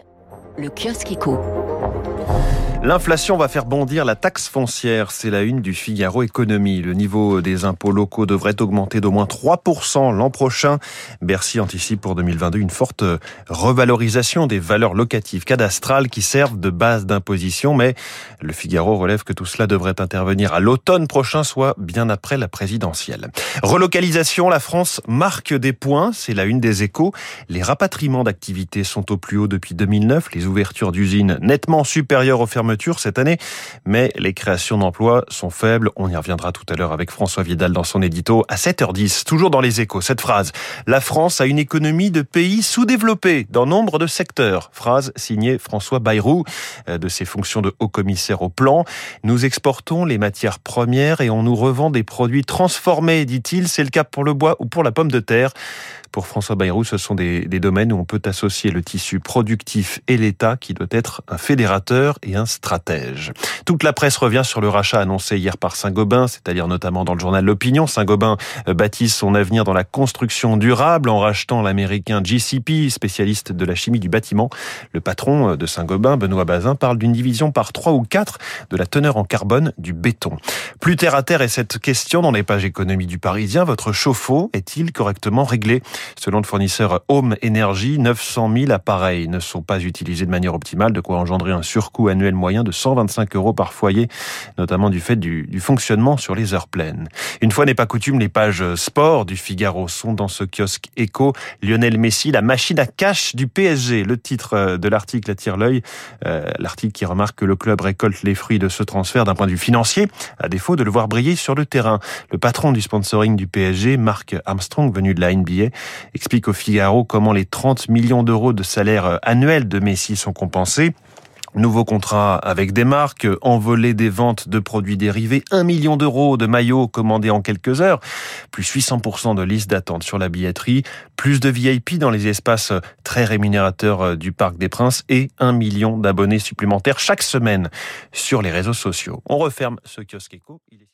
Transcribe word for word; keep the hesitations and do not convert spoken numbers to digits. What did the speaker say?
Le kiosque éco. L'inflation va faire bondir la taxe foncière, c'est la une du Figaro Économie. Le niveau des impôts locaux devrait augmenter d'au moins trois pour cent l'an prochain. Bercy anticipe pour deux mille vingt-deux une forte revalorisation des valeurs locatives cadastrales qui servent de base d'imposition. Mais le Figaro relève que tout cela devrait intervenir à l'automne prochain, soit bien après la présidentielle. Relocalisation, la France marque des points, c'est la une des Échos. Les rapatriements d'activités sont au plus haut depuis deux mille neuf. Les ouvertures d'usines nettement supérieures aux fermetures cette année, mais les créations d'emplois sont faibles. On y reviendra tout à l'heure avec François Vidal dans son édito à sept heures dix. Toujours dans les Échos, cette phrase: la France a une économie de pays sous-développé dans nombre de secteurs. Phrase signée François Bayrou de ses fonctions de haut-commissaire au plan. Nous exportons les matières premières et on nous revend des produits transformés, dit-il. C'est le cas pour le bois ou pour la pomme de terre. Pour François Bayrou, ce sont des, des domaines où on peut associer le tissu productif et l'État qui doit être un fédérateur et un stratège. Toute la presse revient sur le rachat annoncé hier par Saint-Gobain, c'est-à-dire notamment dans le journal L'Opinion. Saint-Gobain baptise son avenir dans la construction durable en rachetant l'américain G C P, spécialiste de la chimie du bâtiment. Le patron de Saint-Gobain, Benoît Bazin, parle d'une division par trois ou quatre de la teneur en carbone du béton. Plus terre à terre est cette question dans les pages économie du Parisien. Votre chauffe-eau est-il correctement réglé ? Selon le fournisseur Home Energy, neuf cent mille appareils ne sont pas utilisés de manière optimale, de quoi engendrer un surcoût annuel moyen de cent vingt-cinq euros par foyer, notamment du fait du, du fonctionnement sur les heures pleines. Une fois n'est pas coutume, les pages sport du Figaro sont dans ce kiosque éco. Lionel Messi, la machine à cash du P S G. Le titre de l'article attire l'œil. Euh, l'article qui remarque que le club récolte les fruits de ce transfert d'un point de vue financier, à défaut de le voir briller sur le terrain. Le patron du sponsoring du P S G, Mark Armstrong, venu de la N B A, explique au Figaro comment les trente millions d'euros de salaire annuel de Messi sont compensés. Nouveau contrat avec des marques, envolée des ventes de produits dérivés, un million d'euros de maillots commandés en quelques heures, plus huit cents pour cent de liste d'attente sur la billetterie, plus de V I P dans les espaces très rémunérateurs du Parc des Princes et un million d'abonnés supplémentaires chaque semaine sur les réseaux sociaux. On referme ce kiosque éco. Il est